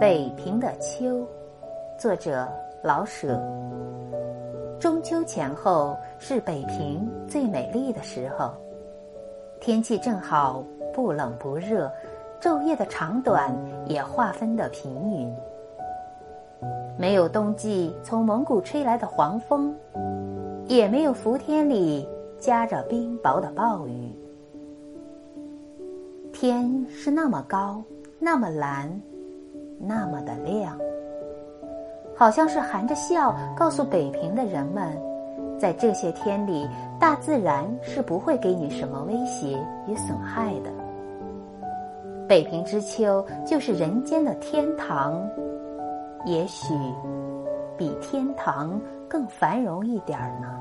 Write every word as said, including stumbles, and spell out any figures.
北平的秋，作者老舍。中秋前后是北平最美丽的时候，天气正好，不冷不热，昼夜的长短也划分得平匀。没有冬季从蒙古吹来的黄风，也没有伏天里夹着冰雹的暴雨。天是那么高，那么蓝，那么的亮，好像是含着笑告诉北平的人们，在这些天里，大自然是不会给你什么威胁与损害的。北平之秋就是人间的天堂，也许比天堂更繁荣一点呢。